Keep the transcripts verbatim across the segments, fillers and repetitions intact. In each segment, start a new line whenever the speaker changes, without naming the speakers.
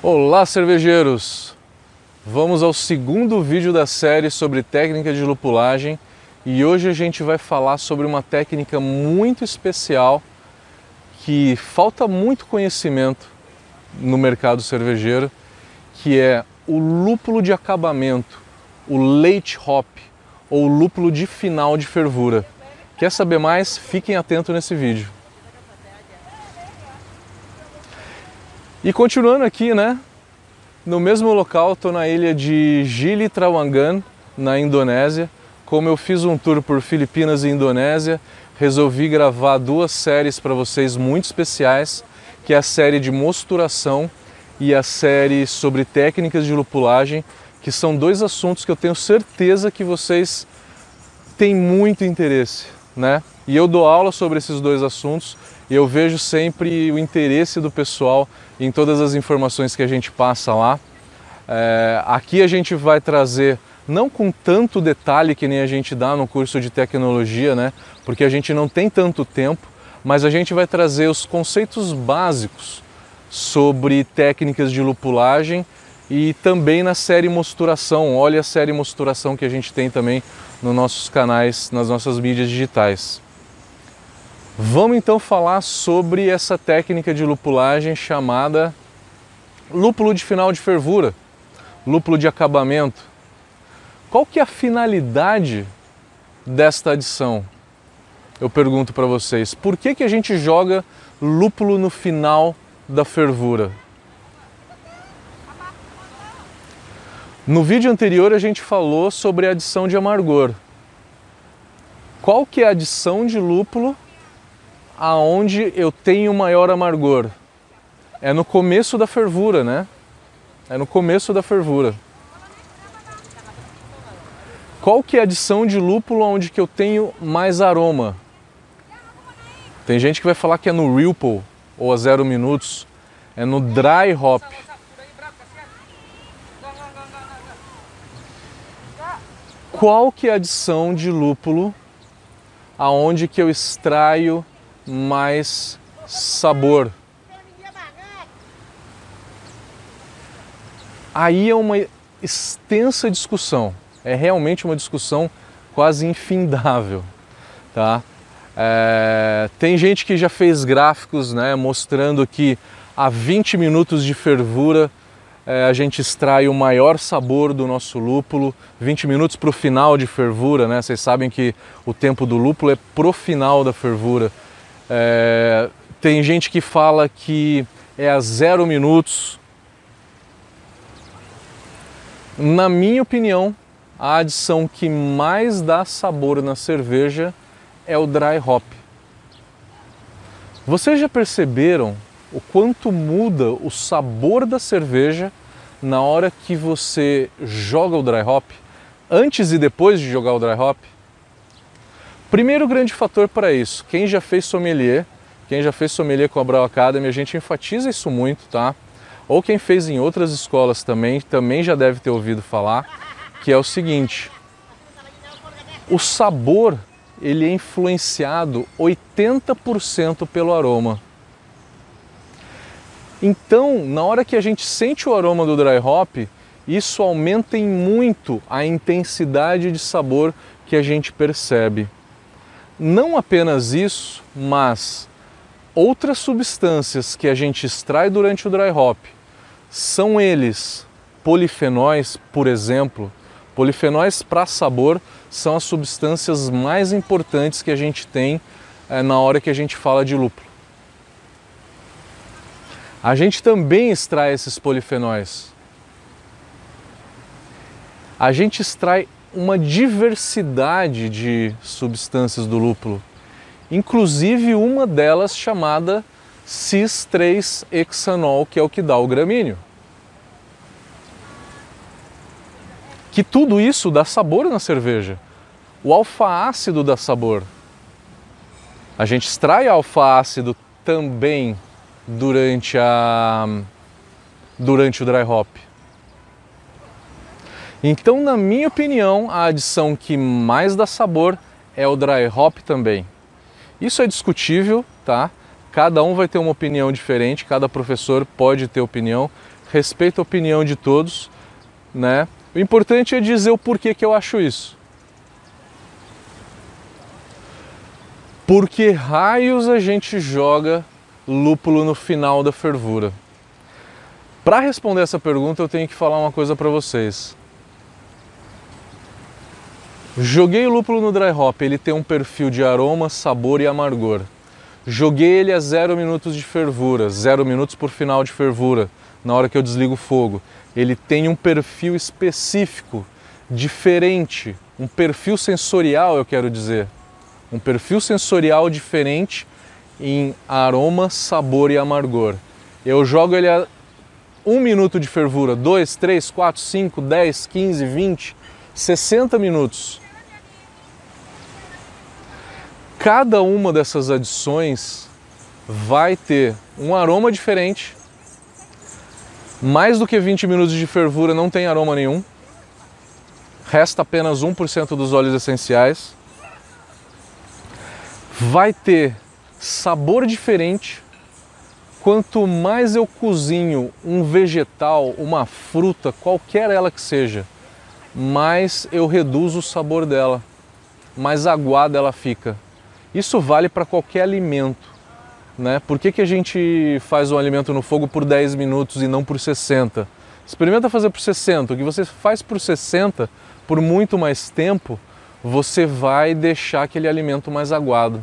Olá, cervejeiros! Vamos ao segundo vídeo da série sobre técnica de lupulagem e hoje a gente vai falar sobre uma técnica muito especial que falta muito conhecimento no mercado cervejeiro, que é o lúpulo de acabamento, o late hop ou lúpulo de final de fervura. Quer saber mais? Fiquem atentos nesse vídeo. E continuando aqui, né? No mesmo local, estou na ilha de Gili Trawangan, na Indonésia. Como eu fiz um tour por Filipinas e Indonésia, resolvi gravar duas séries para vocês muito especiais, que é a série de mosturação e a série sobre técnicas de lupulagem, que são dois assuntos que eu tenho certeza que vocês têm muito interesse, né? E eu dou aula sobre esses dois assuntos e eu vejo sempre o interesse do pessoal em todas as informações que a gente passa lá. É, aqui a gente vai trazer, não com tanto detalhe que nem a gente dá no curso de tecnologia, né? Porque a gente não tem tanto tempo, mas a gente vai trazer os conceitos básicos sobre técnicas de lupulagem e também na série Mosturação. Olha a série Mosturação que a gente tem também nos nossos canais, nas nossas mídias digitais. Vamos então falar sobre essa técnica de lupulagem chamada lúpulo de final de fervura, lúpulo de acabamento. Qual que é a finalidade desta adição? Eu pergunto para vocês, por que que a gente joga lúpulo no final da fervura? No vídeo anterior a gente falou sobre a adição de amargor. Qual que é a adição de lúpulo aonde eu tenho maior amargor? É no começo da fervura, né? É no começo da fervura. Qual que é a adição de lúpulo onde que eu tenho mais aroma? Tem gente que vai falar que é no Ripple ou a zero minutos. É no dry hop. Qual que é a adição de lúpulo aonde que eu extraio mais sabor? Aí é uma extensa discussão, é realmente uma discussão quase infindável, tá? É, tem gente que já fez gráficos, né, mostrando que a vinte minutos de fervura é, a gente extrai o maior sabor do nosso lúpulo, vinte minutos para o final de fervura, né? Vocês sabem que o tempo do lúpulo é pro final da fervura. É, tem gente que fala que é a zero minutos. Na minha opinião, a adição que mais dá sabor na cerveja é o dry hop. Vocês já perceberam o quanto muda o sabor da cerveja na hora que você joga o dry hop? Antes e depois de jogar o dry hop? Primeiro grande fator para isso, quem já fez sommelier, quem já fez sommelier com a Brau Academy, a gente enfatiza isso muito, tá? Ou quem fez em outras escolas também, também já deve ter ouvido falar, que é o seguinte: o sabor, ele é influenciado oitenta por cento pelo aroma. Então, na hora que a gente sente o aroma do dry hop, isso aumenta em muito a intensidade de sabor que a gente percebe. Não apenas isso, mas outras substâncias que a gente extrai durante o dry hop, são eles polifenóis, por exemplo. Polifenóis para sabor são as substâncias mais importantes que a gente tem é, na hora que a gente fala de lúpulo. A gente também extrai esses polifenóis. A gente extrai uma diversidade de substâncias do lúpulo, inclusive uma delas chamada cis três hexanol, que é o que dá o gramíneo. Que tudo isso dá sabor na cerveja. O alfa-ácido dá sabor. A gente extrai alfa-ácido também durante, a, durante o dry hop. Então, na minha opinião, a adição que mais dá sabor é o dry hop também. Isso é discutível, tá? Cada um vai ter uma opinião diferente, cada professor pode ter opinião. respeito a opinião de todos, né? O importante é dizer o porquê que eu acho isso. Por que raios a gente joga lúpulo no final da fervura? Para responder essa pergunta, eu tenho que falar uma coisa para vocês. Joguei o lúpulo no dry hop, ele tem um perfil de aroma, sabor e amargor. Joguei ele a zero minutos de fervura, zero minutos por final de fervura, na hora que eu desligo o fogo. Ele tem um perfil específico, diferente, um perfil sensorial, eu quero dizer. Um perfil sensorial diferente em aroma, sabor e amargor. Eu jogo ele a um minuto de fervura, dois, três, quatro, cinco, dez, quinze, vinte, sessenta minutos. Cada uma dessas adições vai ter um aroma diferente. Mais do que vinte minutos de fervura não tem aroma nenhum. Resta apenas um por cento dos óleos essenciais. Vai ter sabor diferente. Quanto mais eu cozinho um vegetal, uma fruta, qualquer ela que seja, mais eu reduzo o sabor dela, mais aguada ela fica. Isso vale para qualquer alimento, né? Por que que a gente faz um alimento no fogo por dez minutos e não por sessenta? Experimenta fazer por sessenta. O que você faz por sessenta, por muito mais tempo, você vai deixar aquele alimento mais aguado.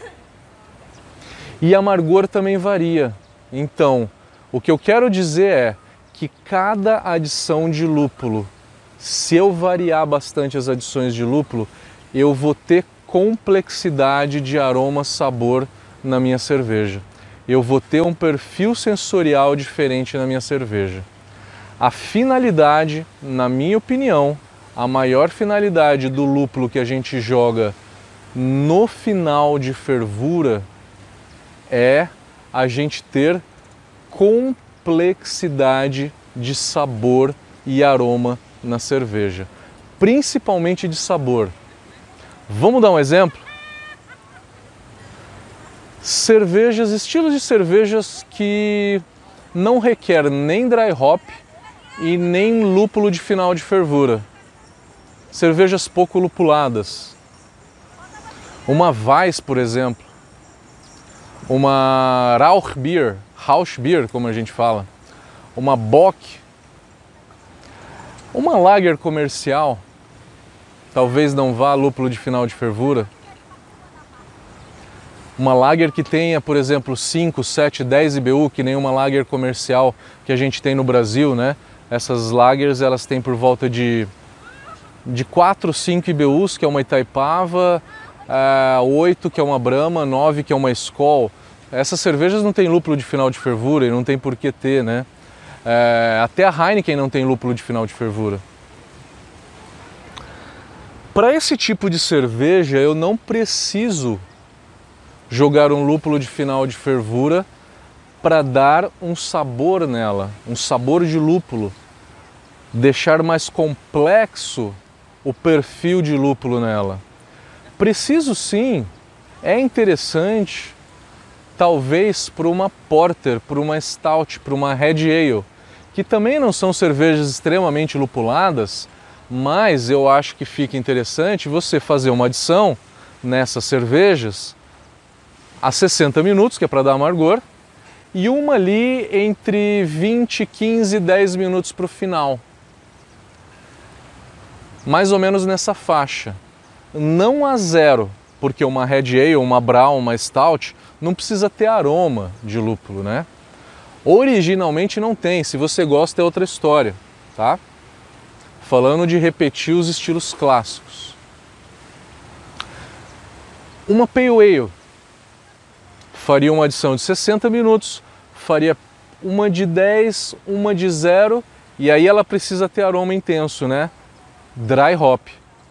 E amargor também varia. Então, o que eu quero dizer é que cada adição de lúpulo, se eu variar bastante as adições de lúpulo, eu vou ter complexidade de aroma, sabor na minha cerveja. Eu vou ter um perfil sensorial diferente na minha cerveja. A finalidade, na minha opinião, a maior finalidade do lúpulo que a gente joga no final de fervura é a gente ter complexidade de sabor e aroma na cerveja, principalmente de sabor. Vamos dar um exemplo? Cervejas, estilos de cervejas que não requer nem dry hop e nem lúpulo de final de fervura. Cervejas pouco lupuladas. Uma Weiss, por exemplo. Uma Rauchbier, Rauchbier, como a gente fala. Uma Bock. Uma Lager comercial. Talvez não vá lúpulo de final de fervura. Uma lager que tenha, por exemplo, cinco, sete, dez I B U, que nem uma lager comercial que a gente tem no Brasil, né? Essas lagers, elas têm por volta de, de quatro, cinco I B Us, que é uma Itaipava, uh, oito, que é uma Brahma, nove, que é uma Skol. Essas cervejas não têm lúpulo de final de fervura e não tem por que ter, né? Uh, até a Heineken não tem lúpulo de final de fervura. Para esse tipo de cerveja, eu não preciso jogar um lúpulo de final de fervura para dar um sabor nela, um sabor de lúpulo, deixar mais complexo o perfil de lúpulo nela. Preciso sim, é interessante, talvez para uma Porter, para uma Stout, para uma Red Ale, que também não são cervejas extremamente lupuladas, mas eu acho que fica interessante você fazer uma adição nessas cervejas a sessenta minutos, que é para dar amargor, e uma ali entre vinte, quinze, dez minutos para o final. Mais ou menos nessa faixa. Não a zero, porque uma Red Ale, uma Brown, uma Stout não precisa ter aroma de lúpulo, né? Originalmente não tem, se você gosta é outra história, tá? Falando de repetir os estilos clássicos. Uma Pale Ale faria uma adição de sessenta minutos, faria uma de dez, uma de zero, e aí ela precisa ter aroma intenso, né? Dry hop.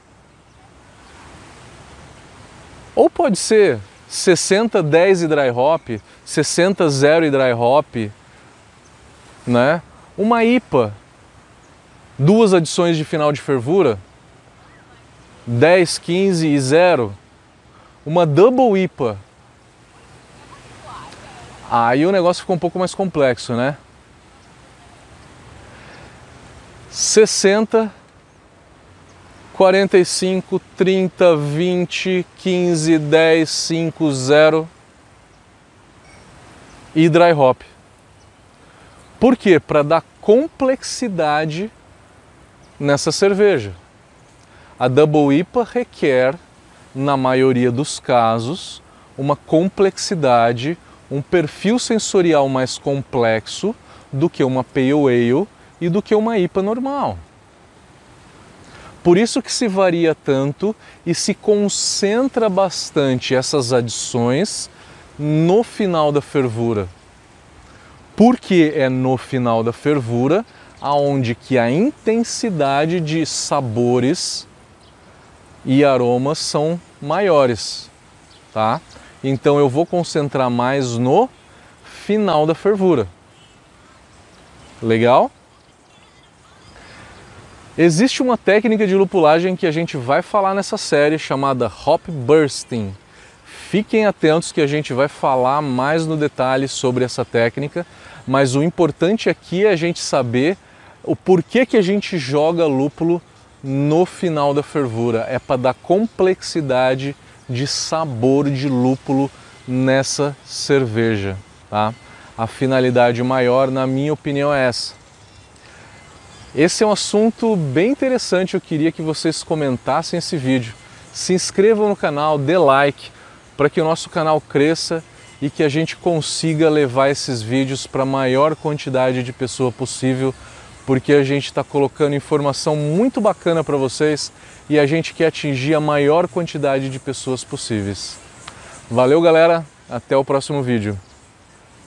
Ou pode ser sessenta, dez e dry hop, sessenta, zero e dry hop, né? Uma I P A, duas adições de final de fervura, dez, quinze e zero. Uma Double I P A. Aí o negócio ficou um pouco mais complexo, né? sessenta, quarenta e cinco, trinta, vinte, quinze, dez, cinco, zero e dry hop. Por quê? Para dar complexidade nessa cerveja. A Double I P A requer, na maioria dos casos, uma complexidade, um perfil sensorial mais complexo do que uma Pale Ale e do que uma I P A normal. Por isso que se varia tanto e se concentra bastante essas adições no final da fervura. Porque é no final da fervura aonde que a intensidade de sabores e aromas são maiores, tá? Então eu vou concentrar mais no final da fervura. Legal? Existe uma técnica de lupulagem que a gente vai falar nessa série chamada Hop Bursting. Fiquem atentos que a gente vai falar mais no detalhe sobre essa técnica, mas o importante aqui é a gente saber o porquê que a gente joga lúpulo no final da fervura. É para dar complexidade de sabor de lúpulo nessa cerveja, tá? A finalidade maior, na minha opinião, é essa. Esse é um assunto bem interessante, eu queria que vocês comentassem esse vídeo. Se inscrevam no canal, dê like, para que o nosso canal cresça e que a gente consiga levar esses vídeos para a maior quantidade de pessoa possível, porque a gente está colocando informação muito bacana para vocês e a gente quer atingir a maior quantidade de pessoas possíveis. Valeu, galera! Até o próximo vídeo.